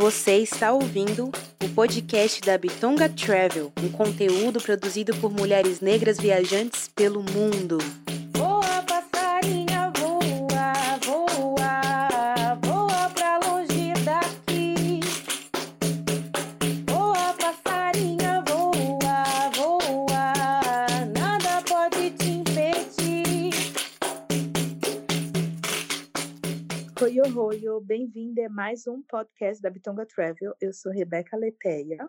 Você está ouvindo o podcast da Bitonga Travel, um conteúdo produzido por mulheres negras viajantes pelo mundo. Voa, passarinha, voa, voa, voa pra longe daqui. Voa, passarinha, voa, voa, nada pode te impedir. Oi, bem-vindo a mais um podcast da Bitonga Travel. Eu sou Rebeca Leteia.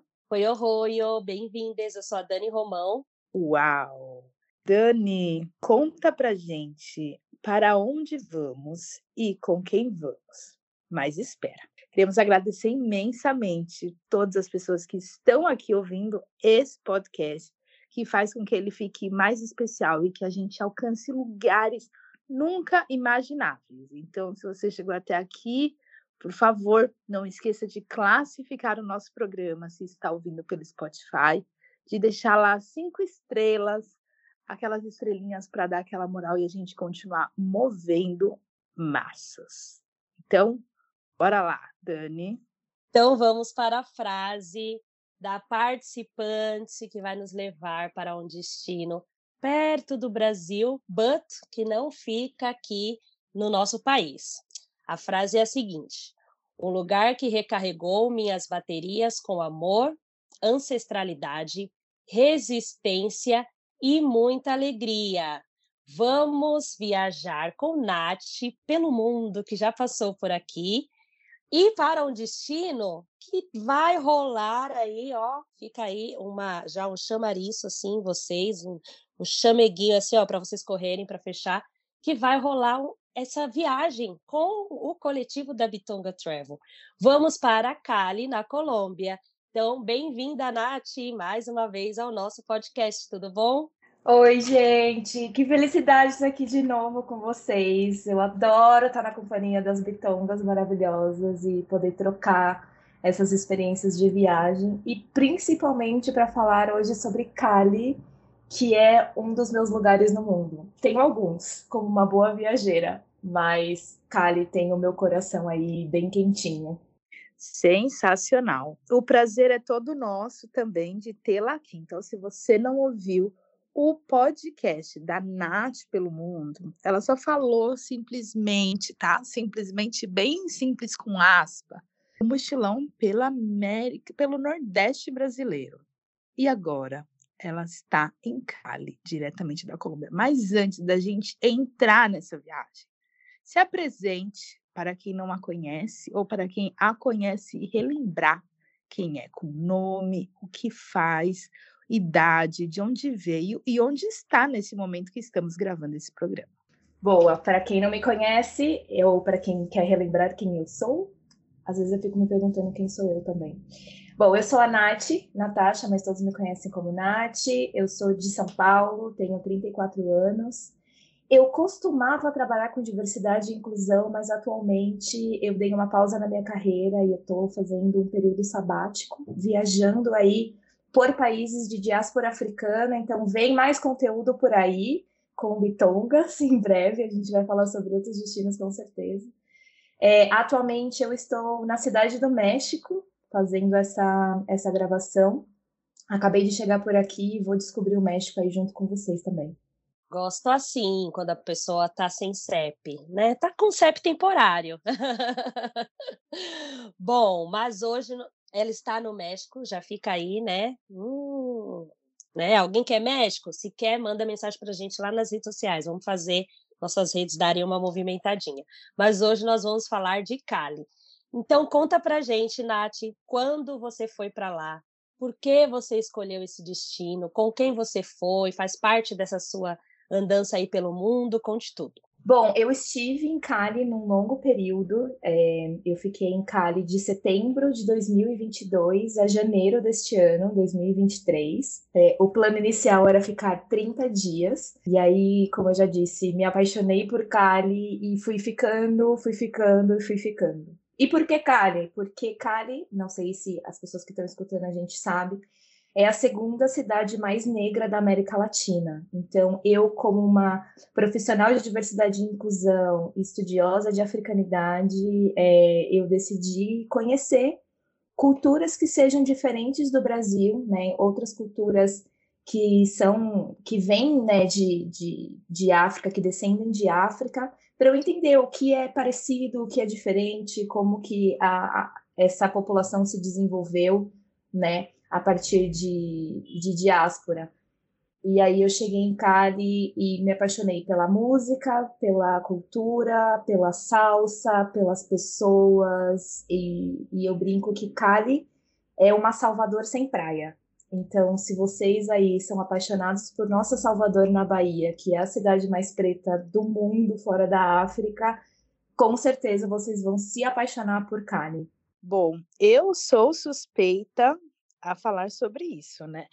Oi, bem-vindas, eu sou a Dani Romão. Uau! Dani, conta pra gente para onde vamos e com quem vamos. Mas espera, queremos agradecer imensamente todas as pessoas que estão aqui ouvindo esse podcast, que faz com que ele fique mais especial e que a gente alcance lugares nunca imagináveis. Então, se você chegou até aqui, por favor, não esqueça de classificar o nosso programa, se está ouvindo pelo Spotify, de deixar lá 5 estrelas, aquelas estrelinhas para dar aquela moral e a gente continuar movendo massas. Então, bora lá, Dani. Então vamos para a frase da participante que vai nos levar para um destino perto do Brasil, but que não fica aqui no nosso país. A frase é a seguinte: um lugar que recarregou minhas baterias com amor, ancestralidade, resistência e muita alegria. Vamos viajar com Nath pelo mundo que já passou por aqui e para um destino que vai rolar aí, ó, fica aí já um chamariço assim, vocês, um chameguinho assim, ó, para vocês correrem para fechar, que vai rolar essa viagem com o coletivo da Bitonga Travel. Vamos para Cali, na Colômbia. Então, bem-vinda, Nath, mais uma vez ao nosso podcast, tudo bom? Oi, gente, que felicidade estar aqui de novo com vocês. Eu adoro estar na companhia das bitongas maravilhosas e poder trocar essas experiências de viagem e principalmente para falar hoje sobre Cali, que é um dos meus lugares no mundo. Tenho alguns, como uma boa viajeira, mas Cali tem o meu coração aí bem quentinho. Sensacional. O prazer é todo nosso também de tê-la aqui. Então, se você não ouviu o podcast da Nath pelo Mundo, ela só falou simplesmente, tá? Simplesmente, bem simples, com aspa, um mochilão pela América, pelo Nordeste brasileiro. E agora, ela está em Cali, diretamente da Colômbia. Mas antes da gente entrar nessa viagem, se apresente para quem não a conhece ou para quem a conhece e relembrar quem é, com nome, o que faz, idade, de onde veio e onde está nesse momento que estamos gravando esse programa. Boa, para quem não me conhece, ou para quem quer relembrar quem eu sou, às vezes eu fico me perguntando quem sou eu também. Bom, eu sou a Nath, Natasha, mas todos me conhecem como Nath. Eu sou de São Paulo, tenho 34 anos. Eu costumava trabalhar com diversidade e inclusão, mas atualmente eu dei uma pausa na minha carreira e eu estou fazendo um período sabático, viajando aí por países de diáspora africana, então vem mais conteúdo por aí, com bitongas, em breve, a gente vai falar sobre outros destinos com certeza. Atualmente eu estou na cidade do México, fazendo essa gravação. Acabei de chegar por aqui e vou descobrir o México aí junto com vocês também. Gosto assim, quando a pessoa tá sem CEP, né? Tá com CEP temporário. Bom, mas hoje ela está no México, já fica aí, né? Né? Alguém quer México? Se quer, manda mensagem pra gente lá nas redes sociais. Vamos fazer nossas redes darem uma movimentadinha. Mas hoje nós vamos falar de Cali. Então, conta pra gente, Nath, quando você foi para lá? Por que você escolheu esse destino? Com quem você foi? Faz parte dessa sua andança aí pelo mundo? Conte tudo. Bom, eu estive em Cali num longo período. Eu fiquei em Cali de setembro de 2022 a janeiro deste ano, 2023. O plano inicial era ficar 30 dias. E aí, como eu já disse, me apaixonei por Cali e fui ficando. E por que Cali? Porque Cali, não sei se as pessoas que estão escutando a gente sabem, é a segunda cidade mais negra da América Latina. Então, eu, como uma profissional de diversidade e inclusão, estudiosa de africanidade, eu decidi conhecer culturas que sejam diferentes do Brasil, né? Outras culturas que vêm, né, de África, que descendem de África, para eu entender o que é parecido, o que é diferente, como que essa população se desenvolveu, né, a partir de diáspora. E aí eu cheguei em Cali e me apaixonei pela música, pela cultura, pela salsa, pelas pessoas. E eu brinco que Cali é uma Salvador sem praia. Então, se vocês aí são apaixonados por nossa Salvador na Bahia, que é a cidade mais preta do mundo, fora da África, com certeza vocês vão se apaixonar por Cali. Bom, eu sou suspeita a falar sobre isso, né?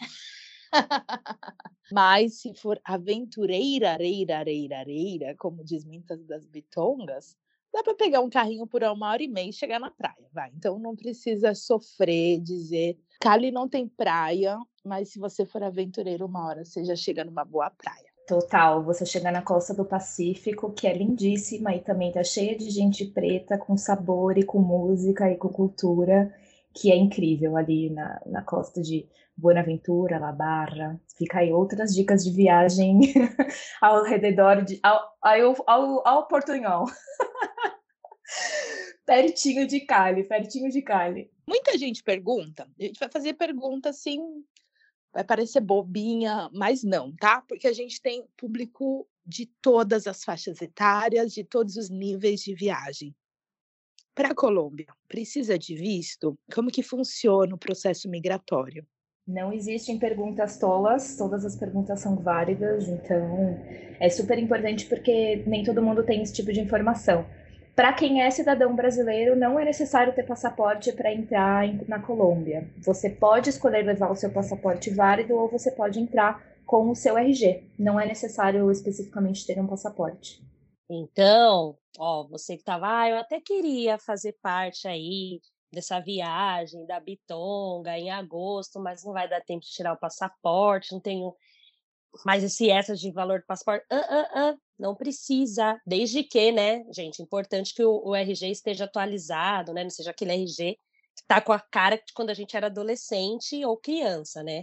Mas se for aventureira, como diz muitas das bitongas, dá para pegar um carrinho por 1h30 e chegar na praia, vai. Então não precisa sofrer, dizer, Cali não tem praia, mas se você for aventureiro 1 hora, você já chega numa boa praia. Total, você chega na costa do Pacífico, que é lindíssima e também tá cheia de gente preta, com sabor e com música e com cultura, que é incrível ali na costa de Buenaventura, La Barra. Fica aí outras dicas de viagem ao redor ao Portunhol. Pertinho de Cali. Muita gente pergunta, a gente vai fazer pergunta assim, vai parecer bobinha, mas não, tá? Porque a gente tem público de todas as faixas etárias, de todos os níveis de viagem. Para a Colômbia, precisa de visto? Como que funciona o processo migratório? Não existem perguntas tolas, todas as perguntas são válidas, então é super importante porque nem todo mundo tem esse tipo de informação. Para quem é cidadão brasileiro, não é necessário ter passaporte para entrar na Colômbia. Você pode escolher levar o seu passaporte válido ou você pode entrar com o seu RG. Não é necessário especificamente ter um passaporte. Então, ó, você que estava, eu até queria fazer parte aí dessa viagem da Bitonga em agosto, mas não vai dar tempo de tirar o passaporte, não tenho mais esse extra de valor do passaporte. Não precisa, desde que, né, gente, importante que o RG esteja atualizado, né, não seja aquele RG que tá com a cara de quando a gente era adolescente ou criança, né?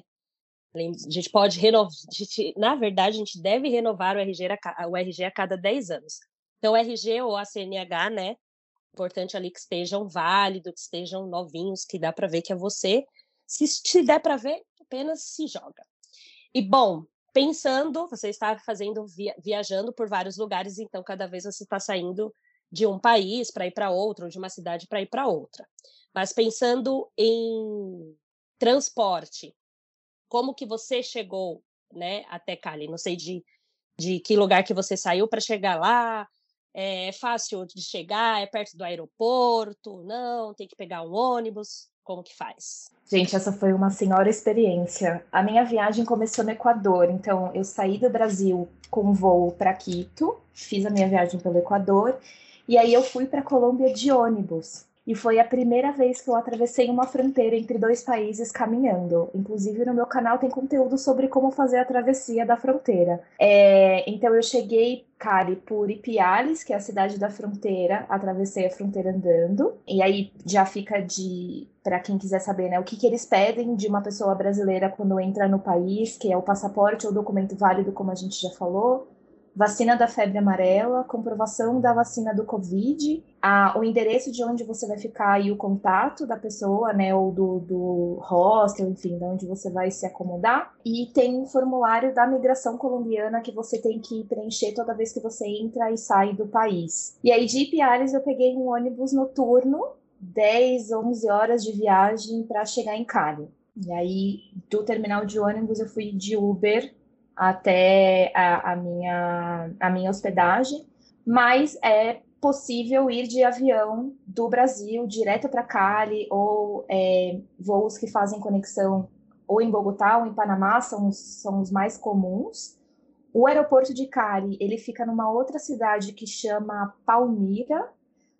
A gente pode renovar, na verdade, a gente deve renovar o RG a cada 10 anos. Então, o RG ou a CNH, né? Importante ali que estejam válidos, que estejam novinhos, que dá para ver que é você. Se der para ver, apenas se joga. E, bom, pensando, você está viajando por vários lugares, então cada vez você está saindo de um país para ir para outro, ou de uma cidade para ir para outra. Mas pensando em transporte, como que você chegou, né, até Cali? Não sei de que lugar que você saiu para chegar lá. É fácil de chegar? É perto do aeroporto? Não? Tem que pegar um ônibus? Como que faz? Gente, essa foi uma senhora experiência. A minha viagem começou no Equador, então eu saí do Brasil com voo para Quito, fiz a minha viagem pelo Equador, e aí eu fui para a Colômbia de ônibus. E foi a primeira vez que eu atravessei uma fronteira entre dois países caminhando. Inclusive, no meu canal tem conteúdo sobre como fazer a travessia da fronteira. Então, eu cheguei, Cali, por Ipiales, que é a cidade da fronteira. Atravessei a fronteira andando. E aí, já fica para quem quiser saber, né, o que eles pedem de uma pessoa brasileira quando entra no país, que é o passaporte ou documento válido, como a gente já falou. Vacina da febre amarela, comprovação da vacina do Covid, o endereço de onde você vai ficar e o contato da pessoa, né, ou do hostel, enfim, de onde você vai se acomodar. E tem um formulário da migração colombiana que você tem que preencher toda vez que você entra e sai do país. E aí, de Ipiales, eu peguei um ônibus noturno, 10, 11 horas de viagem para chegar em Cali. E aí, do terminal de ônibus, eu fui de Uber até a minha hospedagem, mas é possível ir de avião do Brasil direto para Cali, ou voos que fazem conexão ou em Bogotá ou em Panamá são os mais comuns. O aeroporto de Cali, ele fica numa outra cidade que chama Palmira,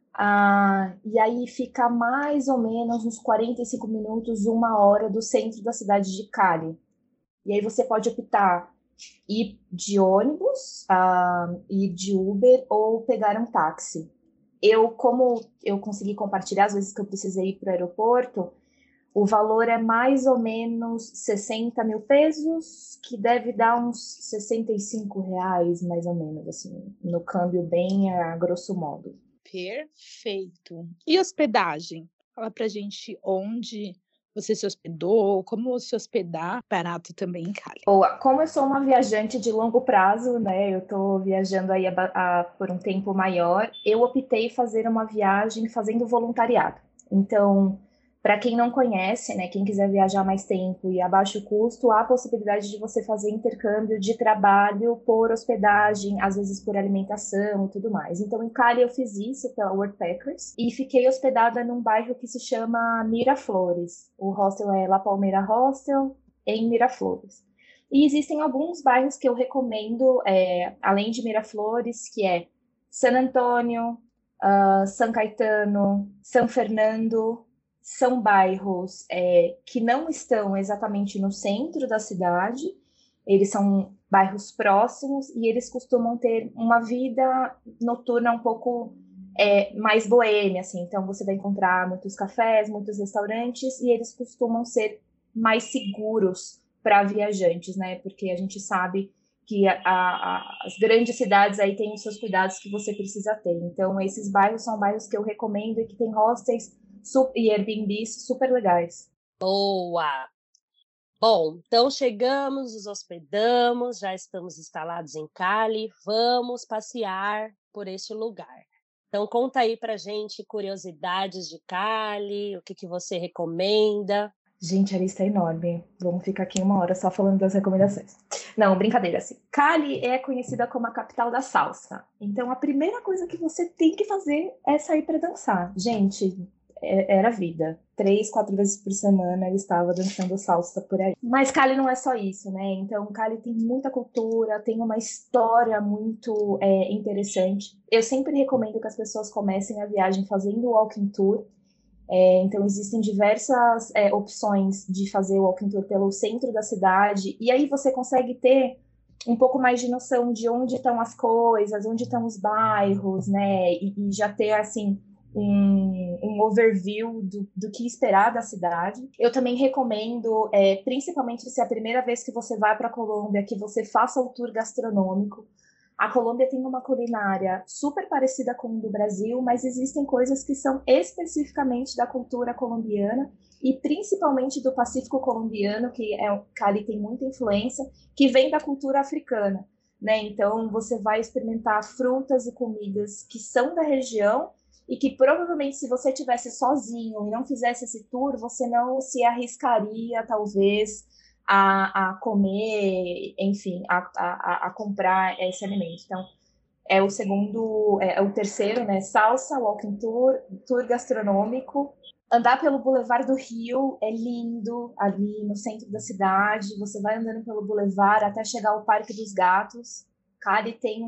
e aí fica mais ou menos uns 45 minutos, 1 hora do centro da cidade de Cali. E aí você pode optar ir de ônibus, ir de Uber ou pegar um táxi. Como eu consegui compartilhar as vezes que eu precisei ir para o aeroporto, O valor é mais ou menos 60 mil pesos, que deve dar uns R$ 65, mais ou menos, assim, no câmbio bem a grosso modo. Perfeito. E hospedagem? Fala pra gente onde você se hospedou, como se hospedar barato também em Cali. Boa. Como eu sou uma viajante de longo prazo, né? Eu tô viajando aí por um tempo maior, eu optei fazer uma viagem fazendo voluntariado. Então, para quem não conhece, né, quem quiser viajar mais tempo e a baixo custo, há a possibilidade de você fazer intercâmbio de trabalho por hospedagem, às vezes por alimentação e tudo mais. Então, em Cali eu fiz isso pela Worldpackers e fiquei hospedada num bairro que se chama Miraflores. O hostel é La Palmeira Hostel, em Miraflores. E existem alguns bairros que eu recomendo, além de Miraflores, que é San Antônio, San Caetano, San Fernando. São bairros que não estão exatamente no centro da cidade, eles são bairros próximos e eles costumam ter uma vida noturna um pouco mais boêmia, assim. Então você vai encontrar muitos cafés, muitos restaurantes e eles costumam ser mais seguros para viajantes, né? Porque a gente sabe que as grandes cidades aí têm os seus cuidados que você precisa ter. Então esses bairros são bairros que eu recomendo e que tem hostels e Airbnbs super legais. Boa! Bom, então chegamos, nos hospedamos, já estamos instalados em Cali, vamos passear por este lugar. Então conta aí pra gente curiosidades de Cali, o que você recomenda. Gente, a lista é enorme. Vamos ficar aqui 1 hora só falando das recomendações. Não, brincadeira, assim. Cali é conhecida como a capital da salsa. Então, a primeira coisa que você tem que fazer é sair para dançar. Gente, era vida. 3, 4 vezes por semana eu estava dançando salsa por aí. Mas Cali não é só isso, né? Então, Cali tem muita cultura, tem uma história muito interessante. Eu sempre recomendo que as pessoas comecem a viagem fazendo o walking tour. Então, existem diversas opções de fazer o walking tour pelo centro da cidade, e aí você consegue ter um pouco mais de noção de onde estão as coisas, onde estão os bairros, né? E já ter, assim, um overview do que esperar da cidade. Eu também recomendo, principalmente se é a primeira vez que você vai para a Colômbia, que você faça o tour gastronômico. A Colômbia tem uma culinária super parecida com o do Brasil, mas existem coisas que são especificamente da cultura colombiana e principalmente do Pacífico colombiano, que ali tem muita influência, que vem da cultura africana, né? Então, você vai experimentar frutas e comidas que são da região e que provavelmente, se você estivesse sozinho e não fizesse esse tour, você não se arriscaria, talvez, a comer, enfim, a comprar esse alimento. Então, é o terceiro, né? Salsa, walking tour, tour gastronômico. Andar pelo Boulevard do Rio é lindo, ali no centro da cidade. Você vai andando pelo Boulevard até chegar ao Parque dos Gatos. Cali tem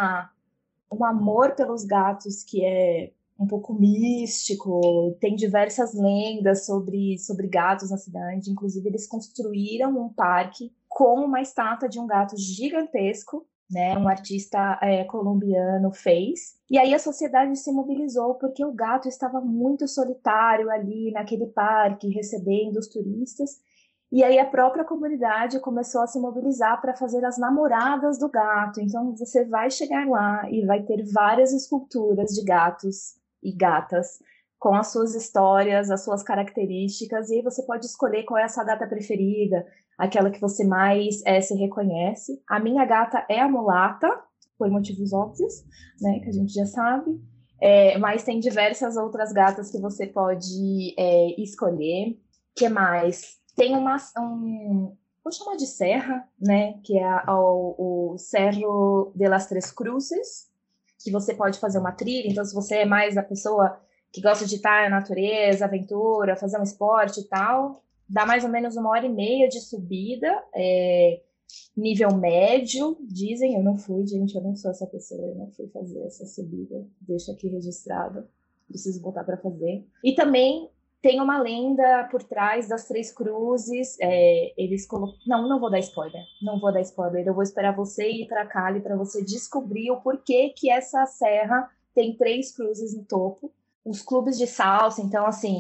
um amor pelos gatos que é um pouco místico, tem diversas lendas sobre gatos na cidade. Inclusive, eles construíram um parque com uma estátua de um gato gigantesco, né? Um artista colombiano fez. E aí a sociedade se mobilizou porque o gato estava muito solitário ali naquele parque, recebendo os turistas. E aí a própria comunidade começou a se mobilizar para fazer as namoradas do gato. Então você vai chegar lá e vai ter várias esculturas de gatos e gatas com as suas histórias, as suas características, e aí você pode escolher qual é a sua gata preferida, aquela que você mais se reconhece. A minha gata é a mulata, por motivos óbvios, né, que a gente já sabe, mas tem diversas outras gatas que você pode escolher. Que mais? Tem vou chamar de serra, né, que é o Cerro de las Tres Cruces, que você pode fazer uma trilha. Então, se você é mais a pessoa que gosta de estar na natureza, aventura, fazer um esporte e tal, dá mais ou menos 1h30 de subida, nível médio, dizem. Eu não fui, gente, eu não sou essa pessoa, eu não fui fazer essa subida, deixa aqui registrado, preciso voltar para fazer. E também tem uma lenda por trás das Três Cruzes. Eles colocam... Não vou dar spoiler. Não vou dar spoiler. Eu vou esperar você ir para Cali para você descobrir o porquê que essa serra tem 3 cruzes no topo. Os clubes de salsa, então, assim,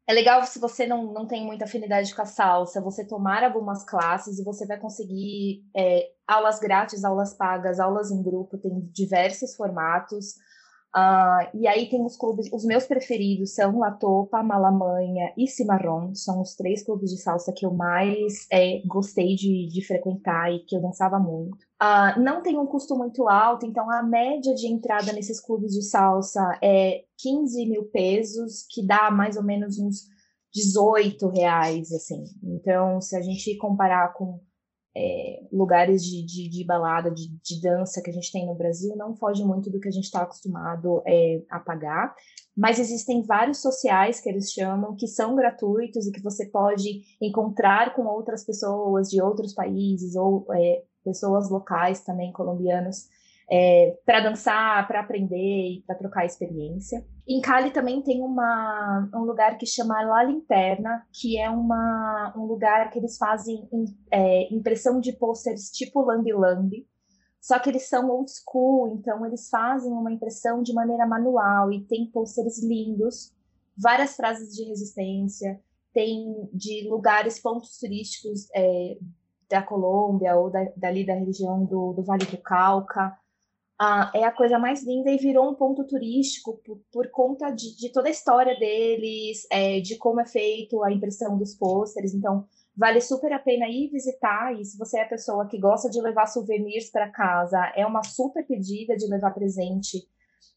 É legal se você não tem muita afinidade com a salsa, você tomar algumas classes e você vai conseguir aulas grátis, aulas pagas, aulas em grupo, tem diversos formatos. E aí tem os clubes, os meus preferidos são La Topa, Malamanha e Cimarrón, são os 3 clubes de salsa que eu mais gostei de frequentar e que eu dançava muito. Não tem um custo muito alto, então a média de entrada nesses clubes de salsa é 15 mil pesos, que dá mais ou menos uns R$ 18, assim. Então, se a gente comparar com lugares de balada, de dança que a gente tem no Brasil, não foge muito do que a gente está acostumado a pagar, mas existem vários sociais que eles chamam, que são gratuitos e que você pode encontrar com outras pessoas de outros países ou pessoas locais também, colombianos, para dançar, para aprender e para trocar experiência. Em Cali também tem um lugar que chama La Linterna, que é um lugar que eles fazem impressão de pôsteres tipo Lambi Lambi, só que eles são old school, então eles fazem uma impressão de maneira manual e tem pôsteres lindos, várias frases de resistência, tem de lugares, pontos turísticos da Colômbia ou dali da região do Vale do Cauca. É a coisa mais linda e virou um ponto turístico por conta de toda a história deles, de como é feito a impressão dos pôsteres. Então, vale super a pena ir visitar. E se você é a pessoa que gosta de levar souvenirs para casa, é uma super pedida de levar presente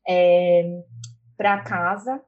para casa.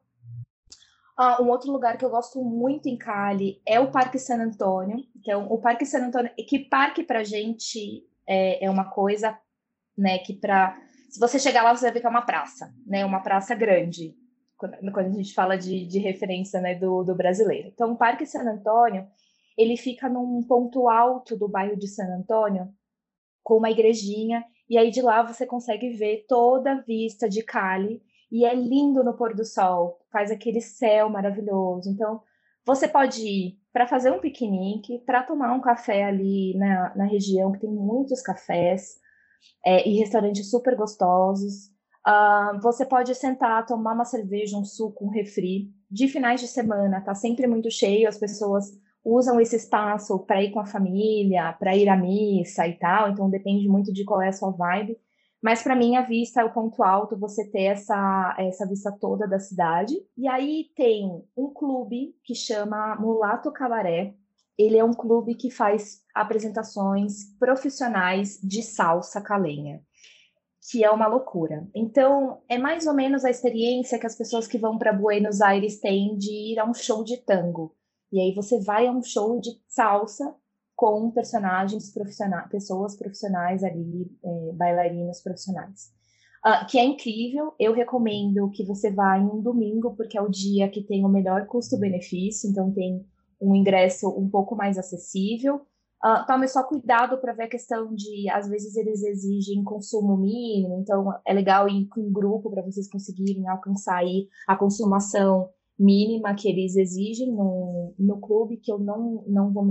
Um outro lugar que eu gosto muito em Cali é o Parque San Antônio. Então, o Parque San Antônio, que parque para a gente é uma coisa, né, que se você chegar lá, você vai ver que é uma praça, né, uma praça grande, quando a gente fala de referência, né, do brasileiro. Então, o Parque San Antônio, ele fica num ponto alto do bairro de San Antônio, com uma igrejinha, e aí de lá você consegue ver toda a vista de Cali, e é lindo no pôr do sol, faz aquele céu maravilhoso. Então, você pode ir para fazer um piquenique, para tomar um café ali na região, que tem muitos cafés, e restaurantes super gostosos. Você pode sentar, tomar uma cerveja, um suco, um refri. De finais de semana, tá sempre muito cheio, as pessoas usam esse espaço para ir com a família, para ir à missa e tal, então depende muito de qual é a sua vibe. Mas para mim a vista é o ponto alto, você ter essa vista toda da cidade. E aí tem um clube que chama Mulato Cabaré. Ele é um clube que faz apresentações profissionais de salsa caleña, que é uma loucura. Então, é mais ou menos a experiência que as pessoas que vão para Buenos Aires têm de ir a um show de tango. E aí você vai a um show de salsa com personagens profissionais, pessoas profissionais ali, bailarinos profissionais. Que é incrível, eu recomendo que você vá em um domingo, porque é o dia que tem o melhor custo-benefício, então tem um ingresso um pouco mais acessível. Tome só cuidado para ver a questão de, às vezes, eles exigem consumo mínimo, então é legal ir em grupo para vocês conseguirem alcançar aí a consumação mínima que eles exigem no clube, que eu não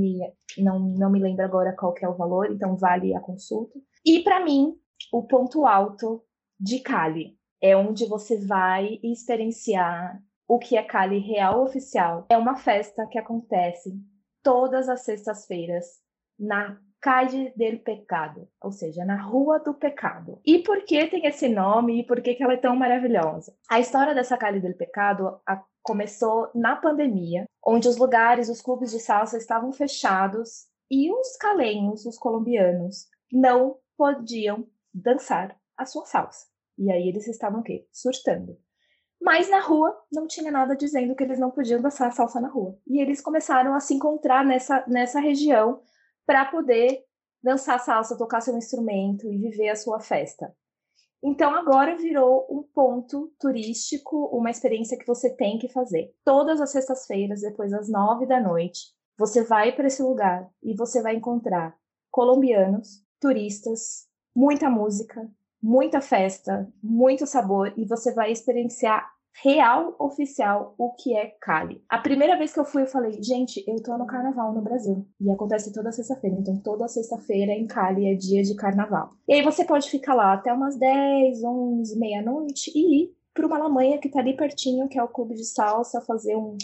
me lembro agora qual que é o valor, então vale a consulta. E para mim, o ponto alto de Cali é onde você vai experienciar o que é Cali Real Oficial. É uma festa que acontece todas as sextas-feiras na Calle del Pecado, ou seja, na Rua do Pecado. E por que tem esse nome e por que ela é tão maravilhosa? A história dessa Calle del Pecado começou na pandemia, onde os lugares, os clubes de salsa estavam fechados e os caleños, os colombianos, não podiam dançar a sua salsa. E aí eles estavam o quê? Surtando. Mas na rua não tinha nada dizendo que eles não podiam dançar a salsa na rua. E eles começaram a se encontrar nessa região para poder dançar salsa, tocar seu instrumento e viver a sua festa. Então agora virou um ponto turístico, uma experiência que você tem que fazer. Todas as sextas-feiras, depois das 9 da noite, você vai para esse lugar e você vai encontrar colombianos, turistas, muita música, muita festa, muito sabor, e você vai experienciar real, oficial, o que é Cali. A primeira vez que eu fui, eu falei, gente, eu tô no carnaval no Brasil. E acontece toda sexta-feira. Então, toda sexta-feira em Cali é dia de carnaval. E aí você pode ficar lá até umas 10, 11, meia-noite e ir para uma Malamanha que tá ali pertinho, que é o clube de salsa, fazer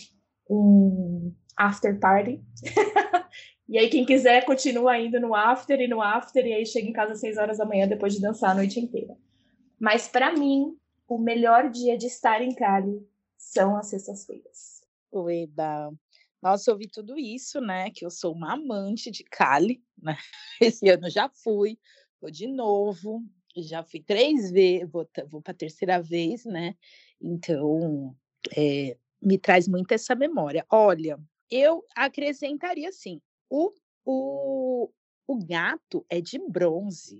um after party. E aí, quem quiser, continua indo no after, e aí chega em casa às 6 horas da manhã, depois de dançar a noite inteira. Mas, para mim, o melhor dia de estar em Cali são as sextas-feiras. Eba. Nossa, eu ouvi tudo isso, né? Que eu sou uma amante de Cali, né? Esse ano já fui, vou de novo, já fui 3 vezes, vou para a terceira vez, né? Então, me traz muito essa memória. Olha, eu acrescentaria assim, o gato é de bronze.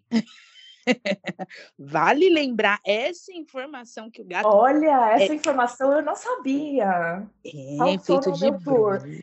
Vale lembrar essa informação que o gato Olha, essa informação eu não sabia. é feito de bronze.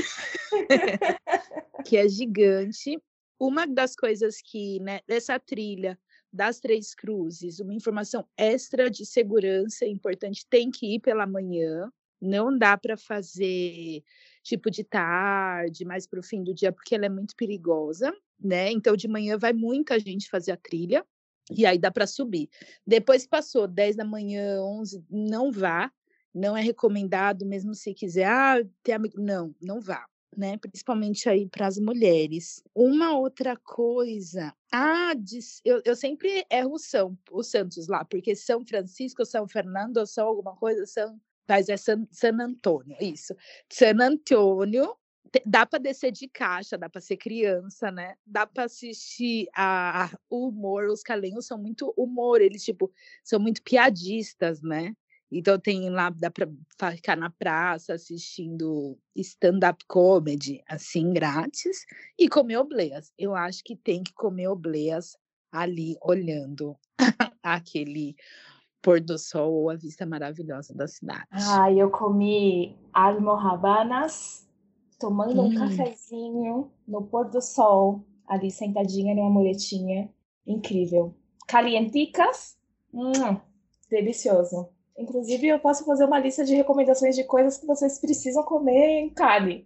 Que é gigante. Uma das coisas que, né, dessa trilha das Três Cruzes, uma informação extra de segurança importante, tem que ir pela manhã, não dá para fazer tipo de tarde, mais para o fim do dia, porque ela é muito perigosa, né? Então, de manhã vai muita gente fazer a trilha, e aí dá para subir. Depois que passou 10 da manhã, 11, não vá, não é recomendado, mesmo se quiser, ter amigo, não vá. Né, principalmente aí para as mulheres. Uma outra coisa, eu sempre erro os santos lá, porque São Francisco, São Fernando, são alguma coisa, mas é San Antônio, isso. San Antônio, dá para descer de caixa, dá para ser criança, né? Dá para assistir o humor, os calenhos são muito humor, eles tipo são muito piadistas, né? Então tem lá, dá para ficar na praça assistindo stand-up comedy, assim, grátis, e comer obleias. Eu acho que tem que comer obleias ali, olhando aquele pôr do sol ou a vista maravilhosa da cidade. Eu comi almojábanas, tomando um cafezinho no pôr do sol, ali sentadinha numa muretinha. Incrível. Calienticas, delicioso. Inclusive, eu posso fazer uma lista de recomendações de coisas que vocês precisam comer em Cali.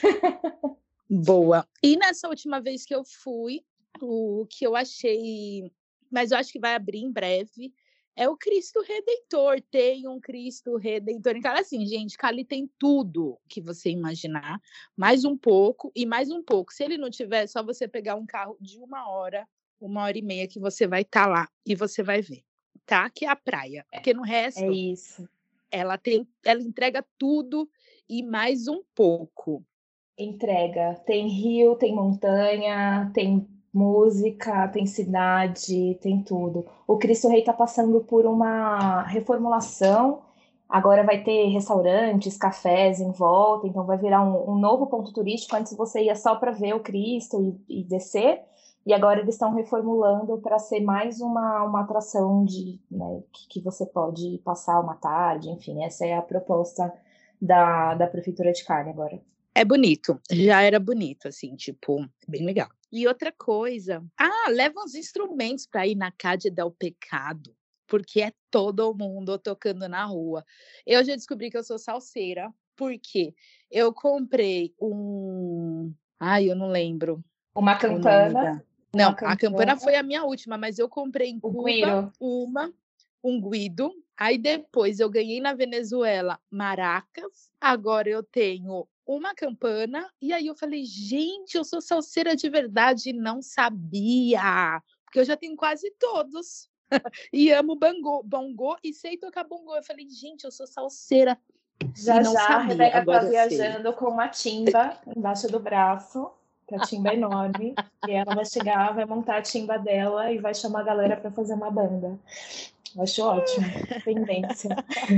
Boa. E nessa última vez que eu fui, o que eu achei, mas eu acho que vai abrir em breve, é o Cristo Redentor. Tem um Cristo Redentor em Cali. Assim, gente, Cali tem tudo que você imaginar, mais um pouco e mais um pouco. Se ele não tiver, é só você pegar um carro de 1 hora e meia, que você vai estar lá e você vai ver, tá? Que é a praia. Porque no resto, é isso. Ela entrega tudo e mais um pouco. Entrega. Tem rio, tem montanha, tem música, tem cidade, tem tudo. O Cristo Rei está passando por uma reformulação. Agora vai ter restaurantes, cafés em volta, então vai virar um novo ponto turístico. Antes você ia só para ver o Cristo e descer, e agora eles estão reformulando para ser mais uma atração né, que você pode passar uma tarde, enfim, essa é a proposta da Prefeitura de Cali agora. É bonito, já era bonito, assim, tipo, bem legal. E outra coisa, leva uns instrumentos para ir na Cádia del Pecado, porque é todo mundo tocando na rua. Eu já descobri que eu sou salseira, porque eu comprei eu não lembro. Uma campana. Não, a campana foi a minha última, mas eu comprei em Cuba guiro. um guido. Aí depois eu ganhei na Venezuela maracas. Agora eu tenho uma campana. E aí eu falei, gente, eu sou salseira de verdade. Não sabia, porque eu já tenho quase todos. E amo bongô e sei tocar bongô. Eu falei, gente, eu sou salseira. Já a Rebeca tá viajando com uma timba embaixo do braço, que a timba é enorme, e ela vai chegar, vai montar a timba dela e vai chamar a galera para fazer uma banda. Eu acho ótimo, tendência.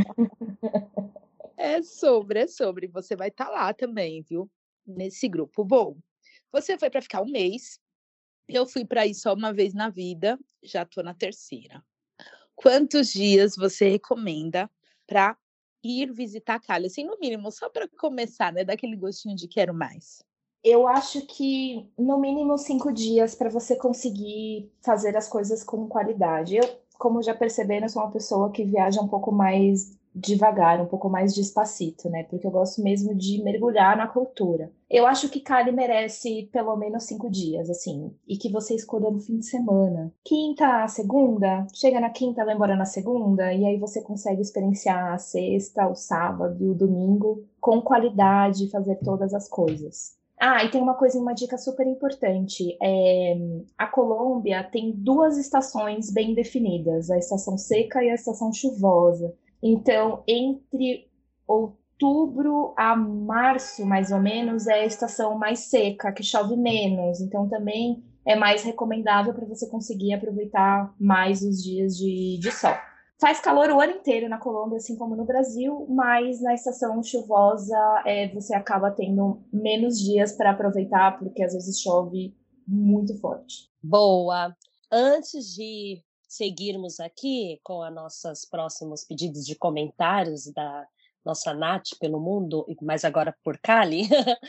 É sobre. Você vai estar lá também, viu? Nesse grupo. Bom, você foi para ficar um mês. Eu fui para ir só uma vez na vida, já estou na terceira. Quantos dias você recomenda para ir visitar Cali? Assim, no mínimo, só para começar, né? Daquele gostinho de quero mais. Eu acho que, no mínimo, 5 dias para você conseguir fazer as coisas com qualidade. Eu, como já perceberam, sou uma pessoa que viaja um pouco mais devagar, um pouco mais despacito, né? Porque eu gosto mesmo de mergulhar na cultura. Eu acho que Cali merece pelo menos 5 dias, assim, e que você escolha no fim de semana. Quinta, segunda, chega na quinta, vai embora na segunda, e aí você consegue experienciar a sexta, o sábado e o domingo com qualidade, fazer todas as coisas. Ah, e tem uma dica super importante. A Colômbia tem 2 estações bem definidas, a estação seca e a estação chuvosa. Então, entre outubro a março, mais ou menos, é a estação mais seca, que chove menos. Então, também é mais recomendável para você conseguir aproveitar mais os dias de sol. Faz calor o ano inteiro na Colômbia, assim como no Brasil, mas na estação chuvosa você acaba tendo menos dias para aproveitar, porque às vezes chove muito forte. Boa! Antes de seguirmos aqui com os nossos próximos pedidos de comentários da nossa Nath pelo mundo, mas agora por Cali,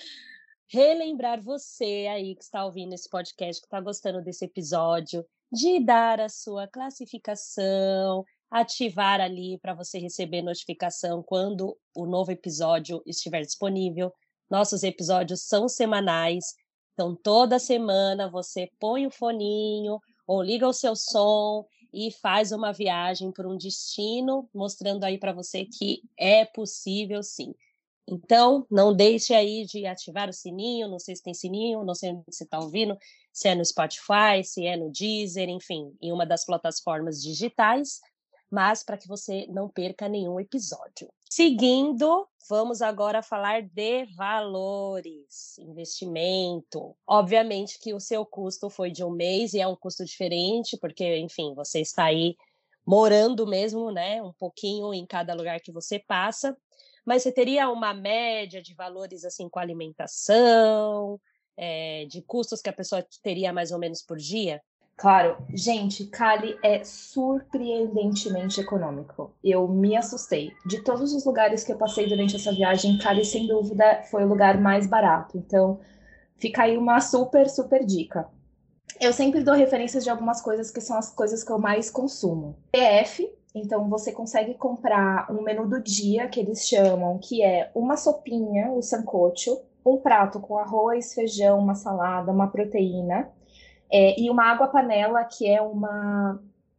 relembrar você aí que está ouvindo esse podcast, que está gostando desse episódio, de dar a sua classificação, ativar ali para você receber notificação quando o novo episódio estiver disponível. Nossos episódios são semanais, então toda semana você põe o foninho ou liga o seu som e faz uma viagem por um destino, mostrando aí para você que é possível sim. Então, não deixe aí de ativar o sininho, não sei se tem sininho, não sei onde você está ouvindo, se é no Spotify, se é no Deezer, enfim, em uma das plataformas digitais, mas para que você não perca nenhum episódio. Seguindo, vamos agora falar de valores, investimento. Obviamente que o seu custo foi de um mês e é um custo diferente, porque, enfim, você está aí morando mesmo, né, um pouquinho em cada lugar que você passa. Mas você teria uma média de valores assim com alimentação, de custos que a pessoa teria mais ou menos por dia? Claro, gente, Cali é surpreendentemente econômico. Eu me assustei. De todos os lugares que eu passei durante essa viagem, Cali, sem dúvida, foi o lugar mais barato. Então, fica aí uma super, super dica. Eu sempre dou referências de algumas coisas que são as coisas que eu mais consumo. PF, então você consegue comprar um menu do dia, que eles chamam, que é uma sopinha, o sancocho, um prato com arroz, feijão, uma salada, uma proteína, e uma água panela, que é uma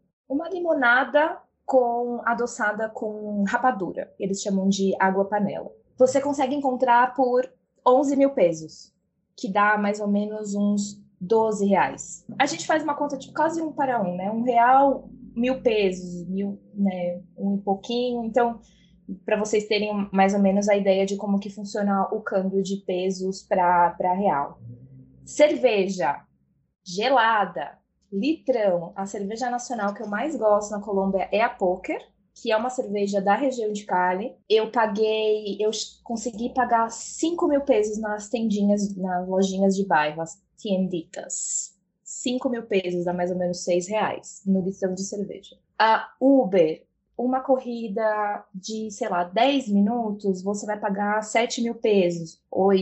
limonada adoçada com rapadura. Eles chamam de água panela. Você consegue encontrar por 11 mil pesos, que dá mais ou menos uns 12 reais. A gente faz uma conta de quase 1 para 1, né? R$1, 1.000 pesos, né? Um e pouquinho. Então, para vocês terem mais ou menos a ideia de como que funciona o câmbio de pesos para real. Cerveja gelada, litrão. A cerveja nacional que eu mais gosto na Colômbia é a Póquer, que é uma cerveja da região de Cali. Eu consegui pagar 5 mil pesos nas tendinhas, nas lojinhas de bairro, as tienditas. 5 mil pesos, dá mais ou menos R$6 no litrão de cerveja. A Uber, uma corrida de, sei lá, 10 minutos, você vai pagar 7 mil pesos,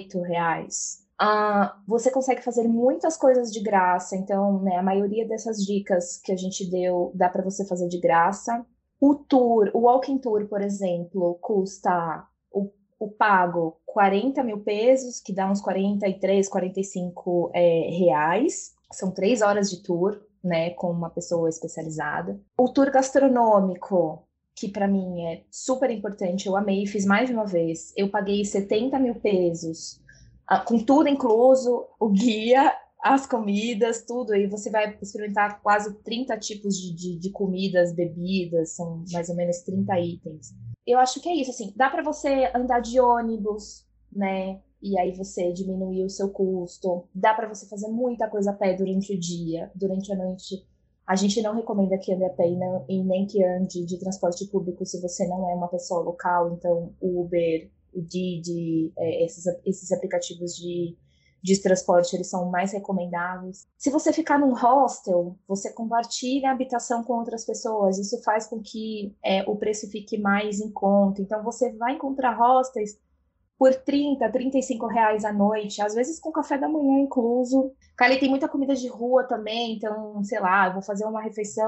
R$8. Você consegue fazer muitas coisas de graça, então, né, a maioria dessas dicas que a gente deu dá para você fazer de graça. O Walking Tour, por exemplo, custa o pago 40 mil pesos, que dá uns 43, 45 reais. São 3 horas de tour, né, com uma pessoa especializada. O tour gastronômico, que para mim é super importante, eu amei, fiz mais de uma vez. Eu paguei 70 mil pesos, com tudo incluso, o guia, as comidas, tudo. Aí você vai experimentar quase 30 tipos de comidas, bebidas, são mais ou menos 30 itens. Eu acho que é isso, assim, dá para você andar de ônibus, né? E aí você diminuir o seu custo. Dá para você fazer muita coisa a pé durante o dia, durante a noite. A gente não recomenda que ande a pé e nem que ande de transporte público se você não é uma pessoa local. Então, o Uber, o Didi, esses aplicativos de transporte, eles são mais recomendáveis. Se você ficar num hostel, você compartilha a habitação com outras pessoas. Isso faz com que o preço fique mais em conta. Então, você vai encontrar hostels por 30, 35 reais à noite, às vezes com café da manhã incluso. Cali tem muita comida de rua também, então, sei lá, eu vou fazer uma refeição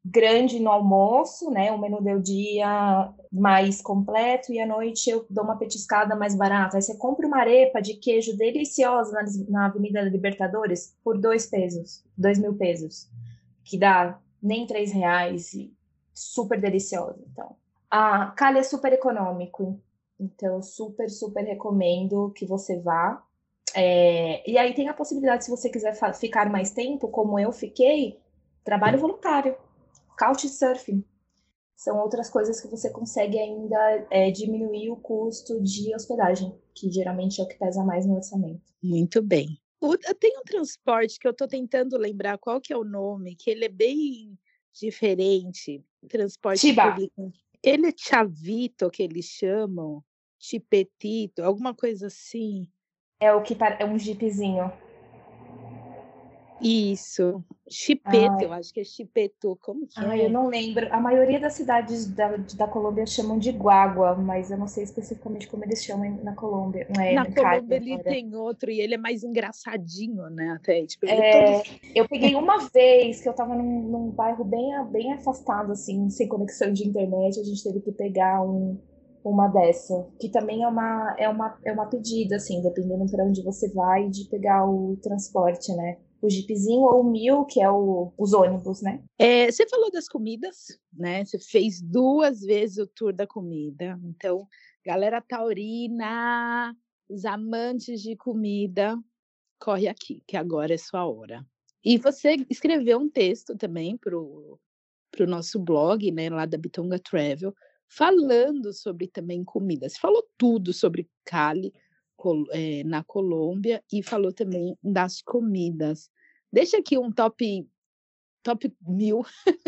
grande no almoço, né? O menu do dia mais completo, e à noite eu dou uma petiscada mais barata. Aí você compra uma arepa de queijo deliciosa na Avenida Libertadores por 2 pesos, 2.000 pesos, que dá nem R$ 3, e super deliciosa. Então, a Cali é super econômico, então super, super recomendo que você vá. E aí tem a possibilidade, se você quiser ficar mais tempo, como eu fiquei, trabalho voluntário, couchsurfing. São outras coisas que você consegue ainda diminuir o custo de hospedagem, que geralmente é o que pesa mais no orçamento. Muito bem. Tem um transporte que eu estou tentando lembrar qual que é o nome, que ele é bem diferente, transporte Chiba. público. Ele é chavito, que eles chamam, chipetito, alguma coisa assim. É o que é um jeepzinho. Isso, chipeto, eu acho que é chipeto, como que é? Eu não lembro. A maioria das cidades da Colômbia chamam de guagua, mas eu não sei especificamente como eles chamam na Colômbia. Na Em Cali, Colômbia ele agora. tem outro, e ele é mais engraçadinho, né? Até, tipo, ele é todo... Eu peguei uma vez que eu tava num bairro bem afastado, assim, sem conexão de internet, a gente teve que pegar uma dessa, que também é uma pedida, assim, dependendo para onde você vai, de pegar o transporte, né? O jeepzinho ou o Mil, que é os ônibus, né? Você falou das comidas, né? Você fez 2 vezes o tour da comida. Então, galera taurina, os amantes de comida, corre aqui, que agora é sua hora. E você escreveu um texto também para o nosso blog, né, lá da Bitonga Travel, falando sobre também comida. Você falou tudo sobre Cali, na Colômbia, e falou também das comidas. Deixa aqui um top 1000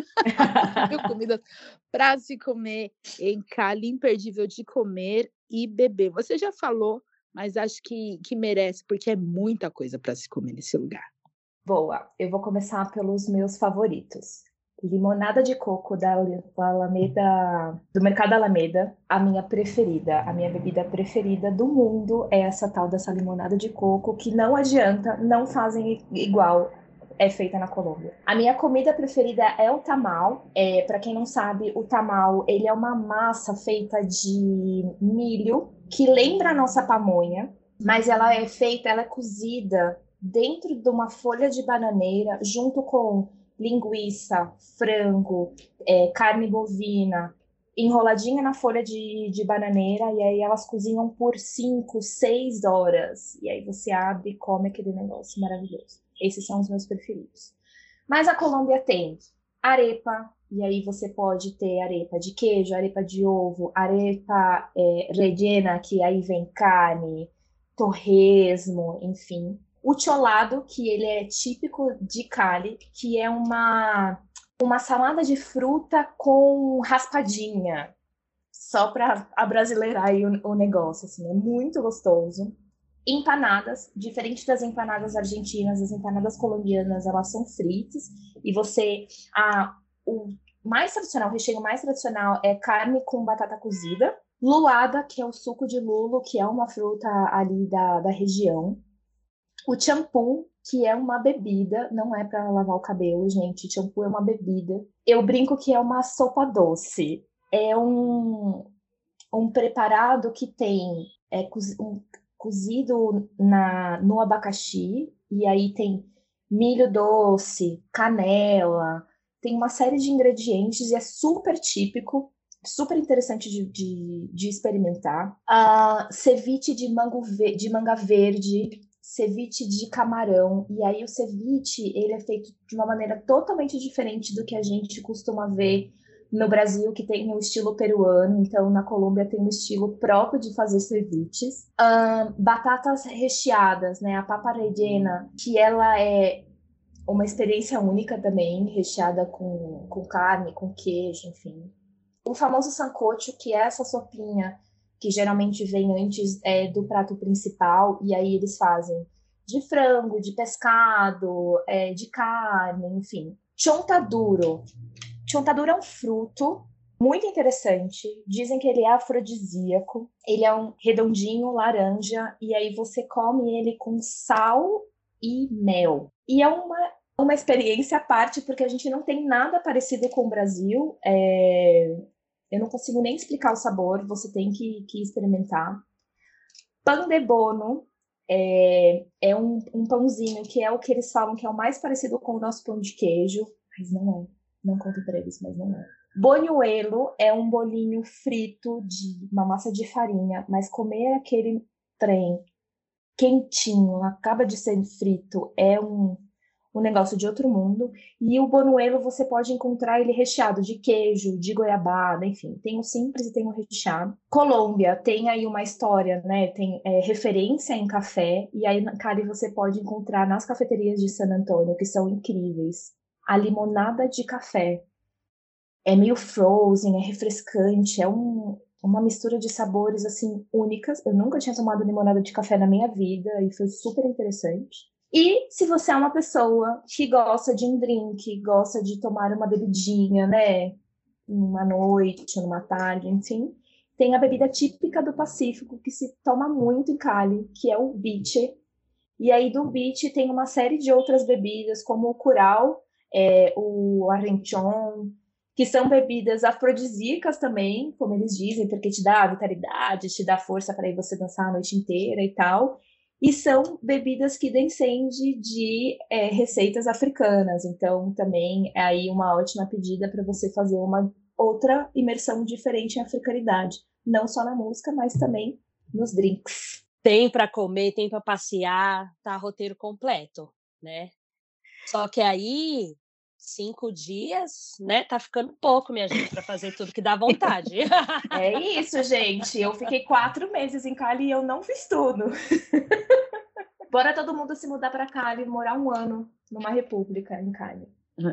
comidas para se comer em Cali, imperdível de comer e beber. Você já falou, mas acho que merece, porque é muita coisa para se comer nesse lugar. Boa, eu vou começar pelos meus favoritos. Limonada de coco da Alameda, do Mercado Alameda, a minha preferida, a minha bebida preferida do mundo é essa tal dessa limonada de coco, que não adianta, não fazem igual, é feita na Colômbia. A minha comida preferida é o tamal. Para quem não sabe, o tamal, ele é uma massa feita de milho, que lembra a nossa pamonha, mas ela é cozida dentro de uma folha de bananeira, junto com linguiça, frango, carne bovina, enroladinha na folha de bananeira, e aí elas cozinham por 5, 6 horas. E aí você abre e come aquele negócio maravilhoso. Esses são os meus preferidos. Mas a Colômbia tem arepa, e aí você pode ter arepa de queijo, arepa de ovo, arepa rellena, que aí vem carne, torresmo, enfim. O cholado, que ele é típico de Cali, que é uma salada de fruta com raspadinha, só para abrasileirar aí o negócio, assim, é muito gostoso. Empanadas, diferente das empanadas argentinas, as empanadas colombianas, elas são fritas, e o mais tradicional, o recheio mais tradicional é carne com batata cozida, luada, que é o suco de lulo, que é uma fruta ali da região, o champú, que é uma bebida, não é para lavar o cabelo, gente. Champú é uma bebida. Eu brinco que é uma sopa doce. É um preparado que tem cozido no abacaxi, e aí tem milho doce, canela, tem uma série de ingredientes e é super típico, super interessante de experimentar. Ceviche de manga verde, ceviche de camarão, e aí o ceviche, ele é feito de uma maneira totalmente diferente do que a gente costuma ver no Brasil, que tem o estilo peruano. Então na Colômbia tem um estilo próprio de fazer ceviches. Batatas recheadas, né, a papa rellena, que ela é uma experiência única também, recheada com carne, com queijo, enfim. O famoso sancocho, que é essa sopinha que geralmente vem antes do prato principal, e aí eles fazem de frango, de pescado, de carne, enfim. Chontaduro. Chontaduro é um fruto muito interessante. Dizem que ele é afrodisíaco. Ele é um redondinho, laranja, e aí você come ele com sal e mel. E é uma uma experiência à parte, porque a gente não tem nada parecido com o Brasil. Eu não consigo nem explicar o sabor, você tem que experimentar. Pan de bono é um pãozinho que é o que eles falam que é o mais parecido com o nosso pão de queijo, mas não é. Não conto para eles, mas não é. Bonuelo é um bolinho frito de uma massa de farinha, mas comer aquele trem quentinho, acaba de ser frito, é um negócio de outro mundo. E o bonuelo você pode encontrar ele recheado de queijo, de goiabada, enfim. Tem o simples e tem o recheado. Colômbia tem aí uma história, né? Tem referência em café. E aí, Cali, você pode encontrar nas cafeterias de San Antônio, que são incríveis, a limonada de café. É meio frozen, é refrescante, é uma mistura de sabores, assim, únicas. Eu nunca tinha tomado limonada de café na minha vida e foi super interessante. E se você é uma pessoa que gosta de um drink, gosta de tomar uma bebidinha, né? Numa noite, numa tarde, enfim. Tem a bebida típica do Pacífico, que se toma muito em Cali, que é o biche. E aí do biche tem uma série de outras bebidas, como o curau, o arrechon, que são bebidas afrodisíacas também, como eles dizem, porque te dá vitalidade, te dá força para ir você dançar a noite inteira e tal. E são bebidas que descendem de receitas africanas. Então, também é aí uma ótima pedida para você fazer uma outra imersão diferente em africanidade. Não só na música, mas também nos drinks. Tem para comer, tem para passear, tá roteiro completo, né? Só que aí 5 dias, né? Tá ficando pouco, minha gente, para fazer tudo que dá vontade. É isso, gente. Eu fiquei 4 meses em Cali e eu não fiz tudo. Bora todo mundo se mudar para Cali, morar 1 ano numa república em Cali.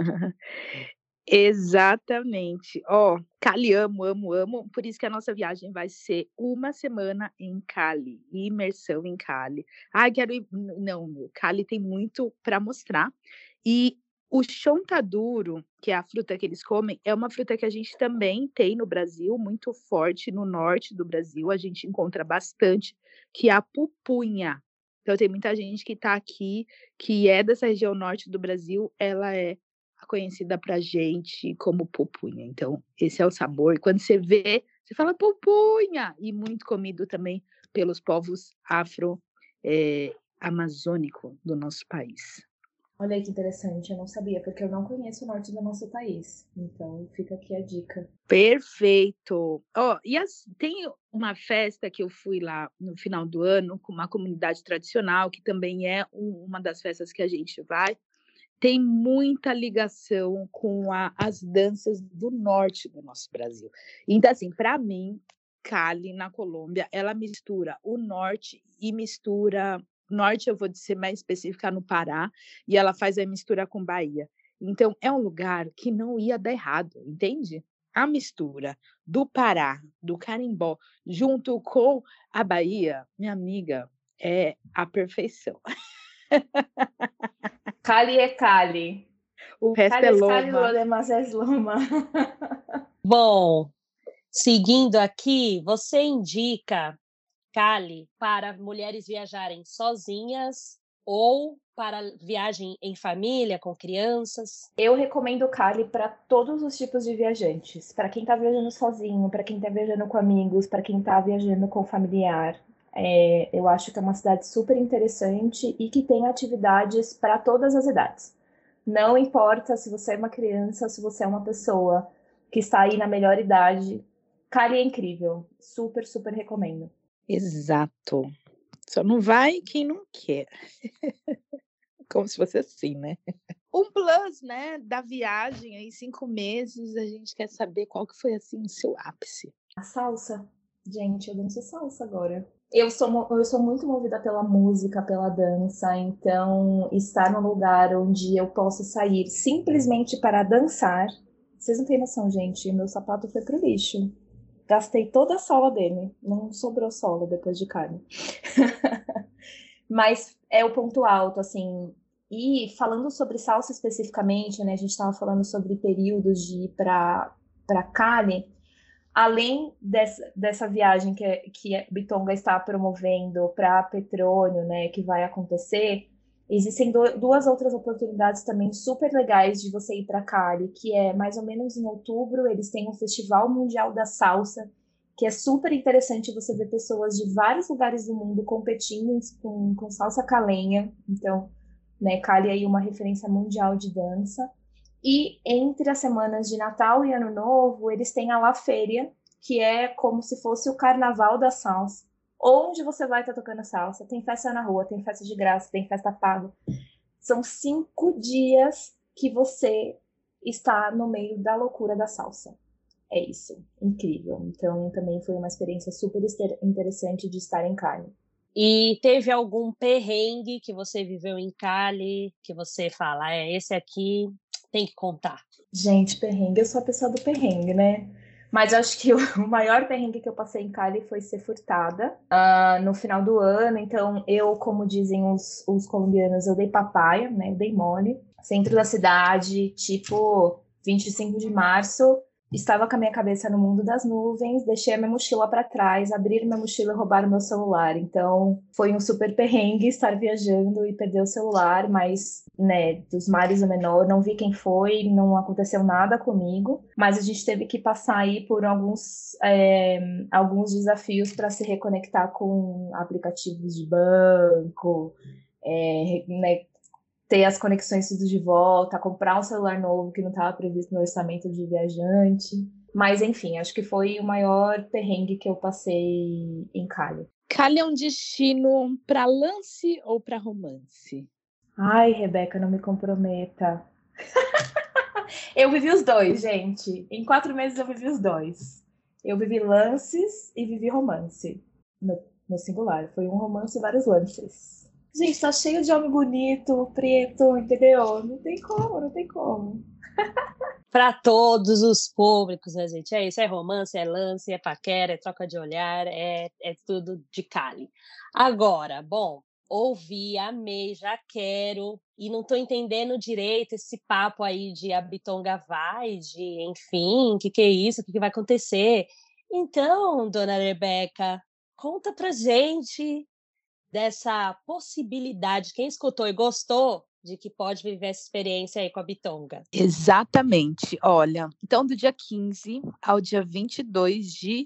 Exatamente. Ó, Cali, amo, amo, amo. Por isso que a nossa viagem vai ser 1 semana em Cali, imersão em Cali. Ai, quero ir. Não, meu, Cali tem muito para mostrar. E o chontaduro, que é a fruta que eles comem, é uma fruta que a gente também tem no Brasil, muito forte no norte do Brasil. A gente encontra bastante, que é a pupunha. Então, tem muita gente que está aqui, que é dessa região norte do Brasil, ela é conhecida pra gente como pupunha. Então, esse é o sabor. E quando você vê, você fala pupunha! E muito comido também pelos povos afro-amazônicos do nosso país. Olha aí que interessante, eu não sabia, porque eu não conheço o norte do nosso país. Então, fica aqui a dica. Perfeito! Ó, tem uma festa que eu fui lá no final do ano, com uma comunidade tradicional, que também é uma das festas que a gente vai. Tem muita ligação com as danças do norte do nosso Brasil. Então, assim, para mim, Cali, na Colômbia, ela mistura o norte e mistura... Norte, eu vou ser mais específica, no Pará, e ela faz a mistura com Bahia. Então, é um lugar que não ia dar errado, entende? A mistura do Pará, do carimbó, junto com a Bahia, minha amiga, é a perfeição. Cali é Cali. O resto Cali é é Cali, loma. lo demás es loma. Bom, seguindo aqui, você indica Cali para mulheres viajarem sozinhas ou para viagem em família, com crianças? Eu recomendo Cali para todos os tipos de viajantes. Para quem está viajando sozinho, para quem está viajando com amigos, para quem está viajando com familiar. Eu acho que é uma cidade super interessante e que tem atividades para todas as idades. Não importa se você é uma criança, se você é uma pessoa que está aí na melhor idade. Cali é incrível. Super, super recomendo. Exato. Só não vai quem não quer. Como se fosse assim, né? Um plus, né, da viagem aí, 5 meses, a gente quer saber qual que foi, assim, o seu ápice. A salsa. Gente, eu danço salsa agora. Eu sou muito movida pela música, pela dança, então estar num lugar onde eu posso sair simplesmente para dançar. Vocês não têm noção, gente, meu sapato foi pro lixo. Gastei toda a sola dele, não sobrou sola depois de carne. Mas é o ponto alto, assim. E falando sobre salsa especificamente, né, a gente estava falando sobre períodos de ir para Cali. Além dessa viagem que a Bitonga está promovendo para Petrônio, né, que vai acontecer, Existem duas outras oportunidades também super legais de você ir para Cali, que é mais ou menos em outubro, eles têm um Festival Mundial da Salsa, que é super interessante você ver pessoas de vários lugares do mundo competindo com salsa caleña. Então, né, Cali é aí uma referência mundial de dança. E entre as semanas de Natal e Ano Novo, eles têm a La Féria, que é como se fosse o carnaval da salsa, onde você vai estar tocando salsa. Tem festa na rua, tem festa de graça, tem festa paga. São 5 dias que você está no meio da loucura da salsa. É isso, incrível. Então também foi uma experiência super interessante de estar em Cali. E teve algum perrengue que você viveu em Cali, que você fala, esse aqui tem que contar? Gente, perrengue, eu sou a pessoa do perrengue, né? Mas acho que o maior perrengue que eu passei em Cali foi ser furtada no final do ano. Então, eu, como dizem os colombianos, eu dei papaya, né? Eu dei mole. Centro da cidade, tipo 25 de março. Estava com a minha cabeça no mundo das nuvens, deixei a minha mochila para trás, abriram minha mochila e roubaram meu celular. Então, foi um super perrengue estar viajando e perder o celular, mas, né, dos mares o menor, não vi quem foi, não aconteceu nada comigo, mas a gente teve que passar aí por alguns desafios para se reconectar com aplicativos de banco, né, ter as conexões tudo de volta, comprar um celular novo que não estava previsto no orçamento de viajante. Mas, enfim, acho que foi o maior perrengue que eu passei em Cali. Cali é um destino para lance ou para romance? Ai, Rebeca, não me comprometa. Eu vivi os dois, gente. Em 4 meses eu vivi os dois. Eu vivi lances e vivi romance. No singular. Foi um romance e vários lances. Gente, tá cheio de homem bonito, preto, entendeu? Não tem como, não tem como. Para todos os públicos, né, gente? É isso, é romance, é lance, é paquera, é troca de olhar, é tudo de Cali. Agora, bom, ouvi, amei, já quero, e não estou entendendo direito esse papo aí de a Bitonga vai, de enfim, o que é isso, o que vai acontecer. Então, dona Rebeca, conta pra gente dessa possibilidade, quem escutou e gostou, de que pode viver essa experiência aí com a Bitonga. Exatamente. Olha, então do dia 15 ao dia 22 de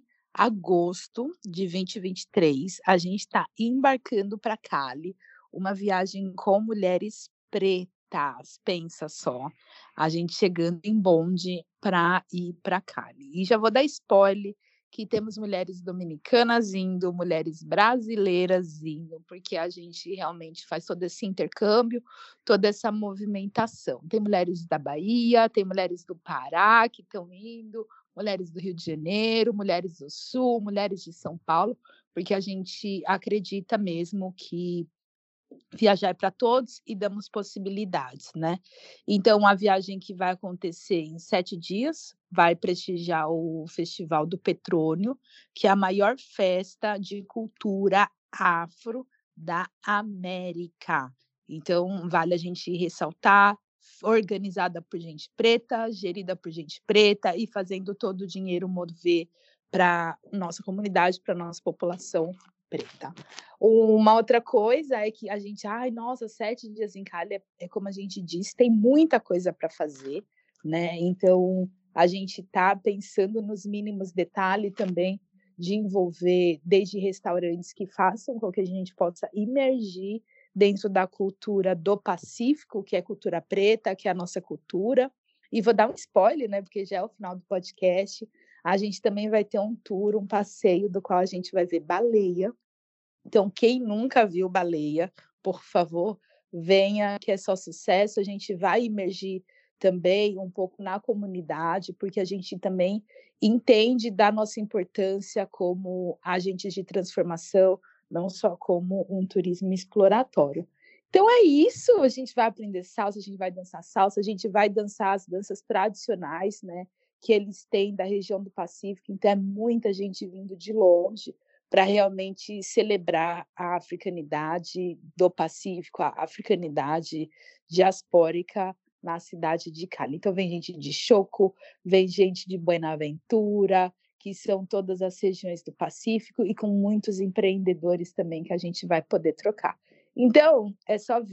agosto de 2023, a gente está embarcando para Cali, uma viagem com mulheres pretas, pensa só, a gente chegando em bonde para ir para Cali. E já vou dar spoiler que temos mulheres dominicanas indo, mulheres brasileiras indo, porque a gente realmente faz todo esse intercâmbio, toda essa movimentação. Tem mulheres da Bahia, tem mulheres do Pará que estão indo, mulheres do Rio de Janeiro, mulheres do Sul, mulheres de São Paulo, porque a gente acredita mesmo que viajar é para todos e damos possibilidades, né? Então, a viagem que vai acontecer em 7 dias vai prestigiar o Festival do Petrônio, que é a maior festa de cultura afro da América. Então, vale a gente ressaltar, organizada por gente preta, gerida por gente preta e fazendo todo o dinheiro mover para nossa comunidade, para nossa população preta. Uma outra coisa é que a gente, ai, nossa, 7 dias em Cali é como a gente disse, tem muita coisa para fazer, né? Então, a gente está pensando nos mínimos detalhes também de envolver desde restaurantes que façam com que a gente possa imergir dentro da cultura do Pacífico, que é cultura preta, que é a nossa cultura. E vou dar um spoiler, né? Porque já é o final do podcast. A gente também vai ter um tour, um passeio do qual a gente vai ver baleia. Então, quem nunca viu baleia, por favor, venha, que é só sucesso. A gente vai imergir também um pouco na comunidade, porque a gente também entende da nossa importância como agentes de transformação, não só como um turismo exploratório. Então é isso, a gente vai aprender salsa, a gente vai dançar salsa, a gente vai dançar as danças tradicionais, né, que eles têm da região do Pacífico, então é muita gente vindo de longe para realmente celebrar a africanidade do Pacífico, a africanidade diaspórica na cidade de Cali. Então vem gente de Choco, vem gente de Buenaventura, que são todas as regiões do Pacífico e com muitos empreendedores também que a gente vai poder trocar. Então, é só vir,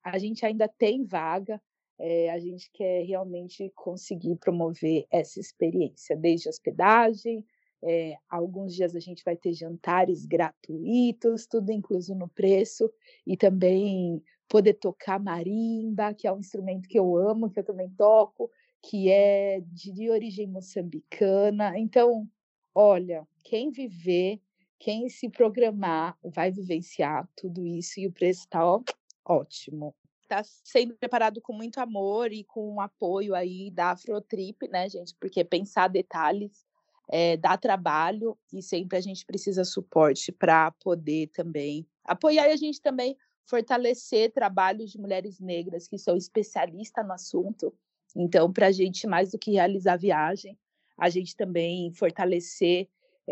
a gente ainda tem vaga, a gente quer realmente conseguir promover essa experiência, desde hospedagem, alguns dias a gente vai ter jantares gratuitos, tudo incluso no preço, e também poder tocar marimba, que é um instrumento que eu amo, que eu também toco, que é de origem moçambicana. Então, olha, quem viver, quem se programar, vai vivenciar tudo isso e o preço está ótimo. Está sendo preparado com muito amor e com o apoio aí da Afrotrip, né, gente? Porque pensar detalhes dá trabalho e sempre a gente precisa suporte para poder também apoiar, e a gente também fortalecer trabalhos de mulheres negras que são especialistas no assunto. Então, para a gente, mais do que realizar a viagem, a gente também fortalecer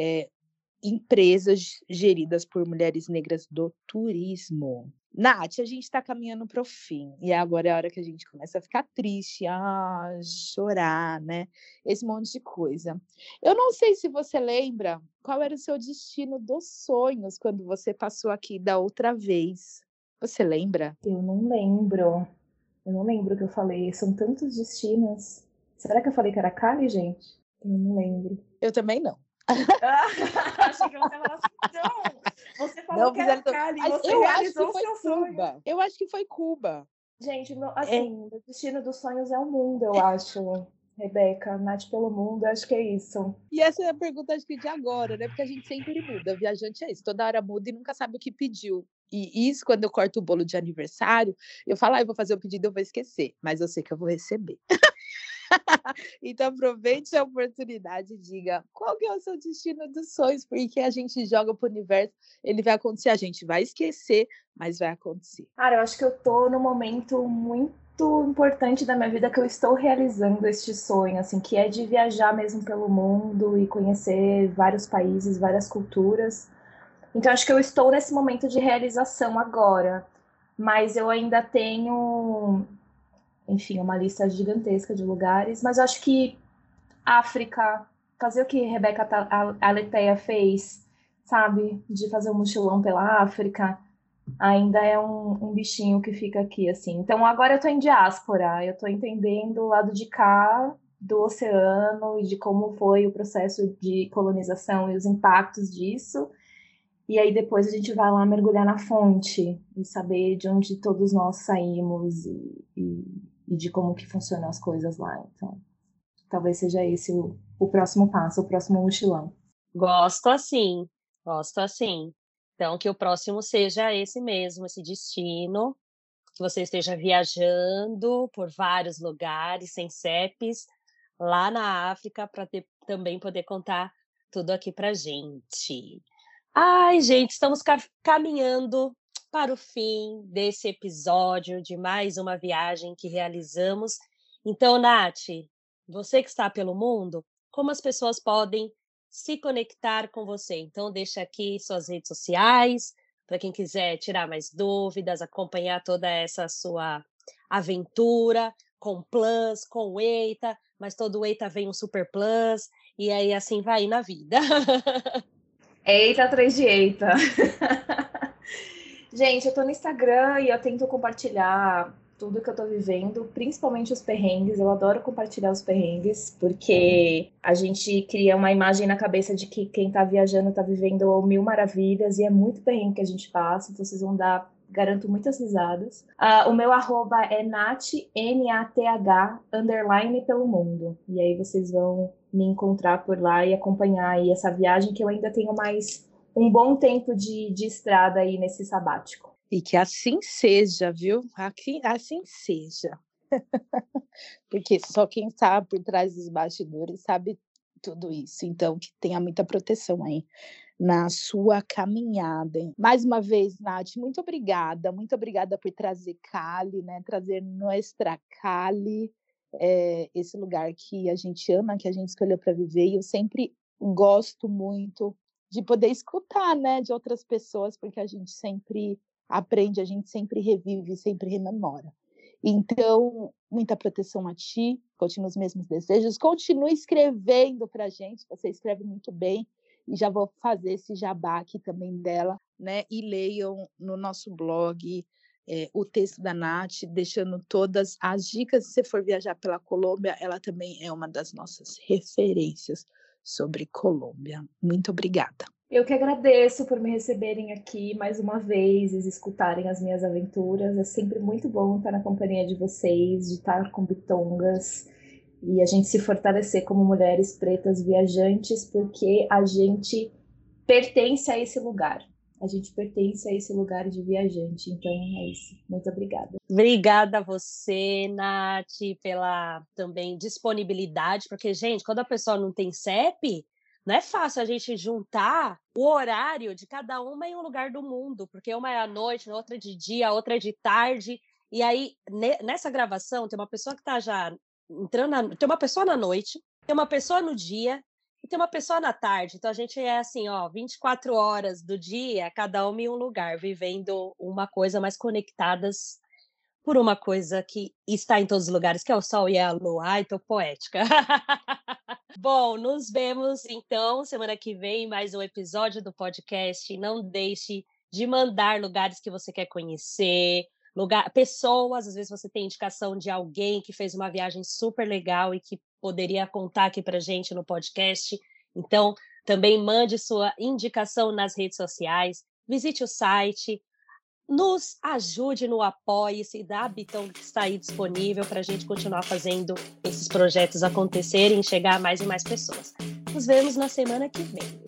empresas geridas por mulheres negras do turismo. Nath, a gente está caminhando para o fim, e agora é a hora que a gente começa a ficar triste, chorar, né? Esse monte de coisa. Eu não sei se você lembra qual era o seu destino dos sonhos quando você passou aqui da outra vez. Você lembra? Eu não lembro. Eu não lembro o que eu falei. São tantos destinos. Será que eu falei que era Cali, gente? Eu não lembro. Eu também não. Achei que você falou assim, não. Você falou Não, que era Cali, você realizou o seu sonho. Eu acho que foi Cuba. Gente, assim, o destino dos sonhos é o mundo, eu acho. Rebeca, Nath pelo mundo, acho que é isso. E essa é a pergunta, acho que de agora, né? Porque a gente sempre muda. Viajante é isso, toda hora muda e nunca sabe o que pediu. E isso, quando eu corto o bolo de aniversário, eu falo, eu vou fazer o pedido, eu vou esquecer. Mas eu sei que eu vou receber. Então, aproveite a oportunidade e diga qual que é o seu destino dos sonhos, porque a gente joga para o universo, ele vai acontecer, a gente vai esquecer, mas vai acontecer. Cara, eu acho que eu tô num momento muito importante da minha vida que eu estou realizando este sonho, assim, que é de viajar mesmo pelo mundo e conhecer vários países, várias culturas. Então, acho que eu estou nesse momento de realização agora, mas eu ainda tenho, enfim, uma lista gigantesca de lugares, mas eu acho que África, fazer o que Rebeca Aletheia fez, sabe? De fazer um mochilão pela África, ainda é um bichinho que fica aqui, assim. Então agora eu tô em diáspora, eu tô entendendo o lado de cá do oceano e de como foi o processo de colonização e os impactos disso. E aí depois a gente vai lá mergulhar na fonte e saber de onde todos nós saímos e de como que funcionam as coisas lá. Então, talvez seja esse o próximo passo, o próximo mochilão. Gosto assim, gosto assim. Então, que o próximo seja esse mesmo, esse destino, que você esteja viajando por vários lugares, sem CEPs, lá na África, para também poder contar tudo aqui para gente. Ai, gente, estamos caminhando para o fim desse episódio de mais uma viagem que realizamos. Então, Nath, você que está pelo mundo, como as pessoas podem se conectar com você? Então, deixa aqui suas redes sociais, para quem quiser tirar mais dúvidas, acompanhar toda essa sua aventura com Plus, com o EITA, mas todo o EITA vem um Super Plus, e aí assim vai na vida. Eita, atrás de eita. Gente, eu tô no Instagram e eu tento compartilhar tudo que eu tô vivendo, principalmente os perrengues. Eu adoro compartilhar os perrengues, porque a gente cria uma imagem na cabeça de que quem tá viajando tá vivendo mil maravilhas, e é muito perrengue que a gente passa, então vocês vão dar, garanto, muitas risadas. O meu arroba é Nath, N-A-T-H, _ pelo mundo. E aí vocês vão me encontrar por lá e acompanhar aí essa viagem, que eu ainda tenho mais um bom tempo de estrada aí nesse sabático. E que assim seja, viu? Assim seja. Porque só quem está por trás dos bastidores sabe tudo isso. Então, que tenha muita proteção aí na sua caminhada. Mais uma vez, Nath, muito obrigada por trazer Cali, né? Trazer Nuestra Cali, esse lugar que a gente ama, que a gente escolheu para viver. E eu sempre gosto muito de poder escutar, né, de outras pessoas, porque a gente sempre aprende, a gente sempre revive, sempre rememora. Então, muita proteção a ti, continue os mesmos desejos, continue escrevendo para a gente, você escreve muito bem, e já vou fazer esse jabá aqui também dela, né? E leiam no nosso blog o texto da Nath, deixando todas as dicas. Se você for viajar pela Colômbia, ela também é uma das nossas referências sobre Colômbia. Muito obrigada. Eu que agradeço por me receberem aqui mais uma vez e escutarem as minhas aventuras. É sempre muito bom estar na companhia de vocês, de estar com bitongas e a gente se fortalecer como mulheres pretas viajantes, porque a gente pertence a esse lugar. A gente pertence a esse lugar de viajante. Então é isso. Muito obrigada. Obrigada a você, Nath, pela também disponibilidade, porque, gente, quando a pessoa não tem CEP, não é fácil a gente juntar o horário de cada uma em um lugar do mundo, porque uma é à noite, outra é de dia, a outra é de tarde. E aí, nessa gravação, tem uma pessoa que está já entrando, tem uma pessoa na noite, tem uma pessoa no dia, e tem uma pessoa na tarde. Então a gente é assim, 24 horas do dia, cada uma em um lugar, vivendo uma coisa, mais conectadas por uma coisa que está em todos os lugares, que é o sol e a lua. Ai, tô poética. Bom, nos vemos então semana que vem, mais um episódio do podcast. Não deixe de mandar lugares que você quer conhecer, pessoas, às vezes você tem indicação de alguém que fez uma viagem super legal e que poderia contar aqui pra gente no podcast. Então, também mande sua indicação nas redes sociais, visite o site, nos ajude no Apoie-se da Biton, que está aí disponível para a gente continuar fazendo esses projetos acontecerem e chegar a mais e mais pessoas. Nos vemos na semana que vem.